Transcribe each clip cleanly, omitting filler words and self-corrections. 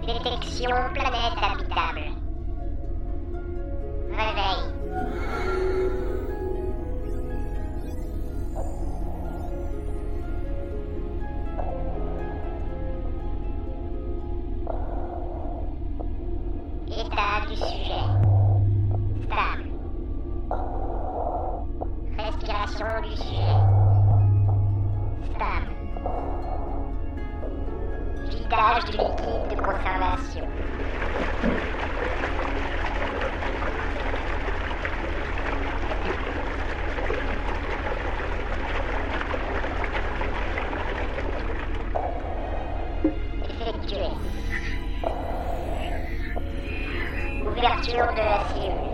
Détection planète habitable. Réveil. État du sujet. Stable. Respiration du sujet. Stable. Vidage du liquide de conservation. Effectué. Ouverture de la cellule.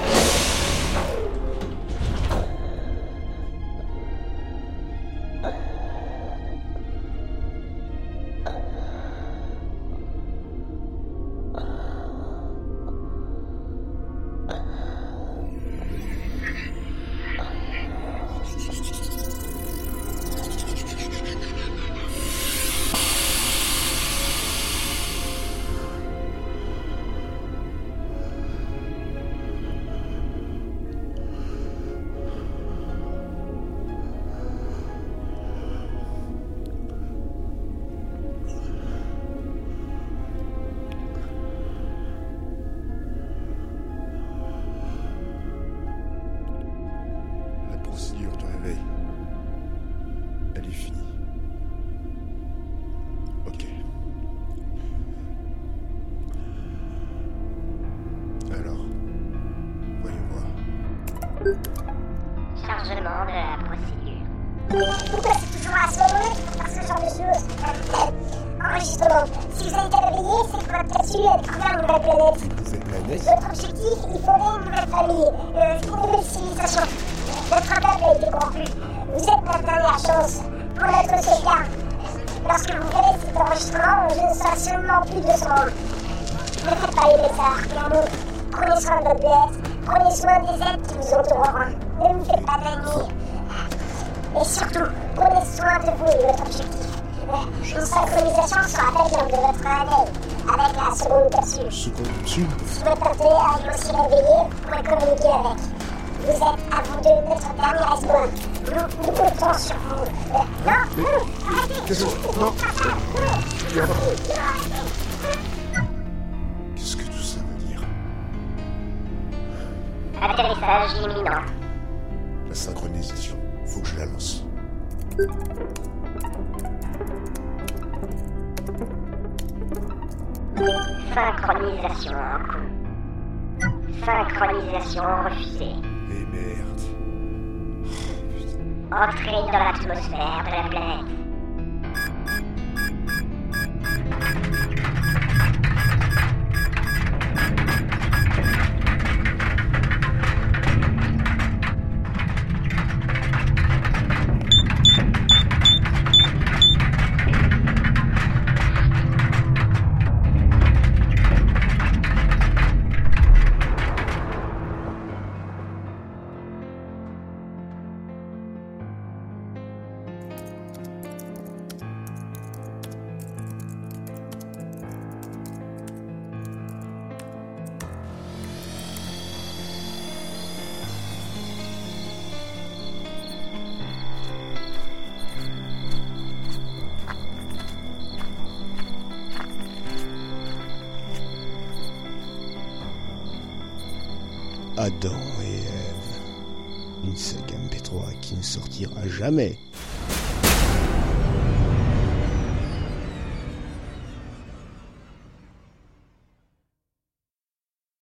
Procédure de réveil. Elle est finie. Ok. Alors, voyons voir. Chargement de la procédure. Pourquoi c'est toujours à ce moment-là qu'il faut faire ce genre de choses? Enregistrement. Si vous avez été réveillé, c'est que votre capsule a découvert une nouvelle planète. Cette planète? Votre objectif, il faudrait une nouvelle famille, une nouvelle civilisation. Notre peuple a été corrompu. Vous êtes notre dernière chance pour notre sauvegarde. Lorsque vous verrez cet enregistrement, je ne serai absolument plus de ce monde. Ne faites pas les bêtards, nous. Prenez soin de votre bête. Prenez soin des êtres qui vous entoureront. Ne vous faites pas d'ennemis. Et surtout, prenez soin de vous et de votre objectif. Une synchronisation sera faite lors de votre réveil, avec la seconde capsule. Seconde capsule? Si votre partenaire arrive aussi réveillé, vous pourrez communiquer avec. Vous êtes, à vous deux, notre dernier espoir. Nous comptons sur vous. Non, arrêtez. Qu'est-ce que tout ça veut dire? Atterrissage imminent. La synchronisation. Faut que je la lance. Synchronisation en cours. Synchronisation refusée. Et merde. Entrée dans l'atmosphère de la planète. Adam et Ève. Une saga MP3 qui ne sortira jamais.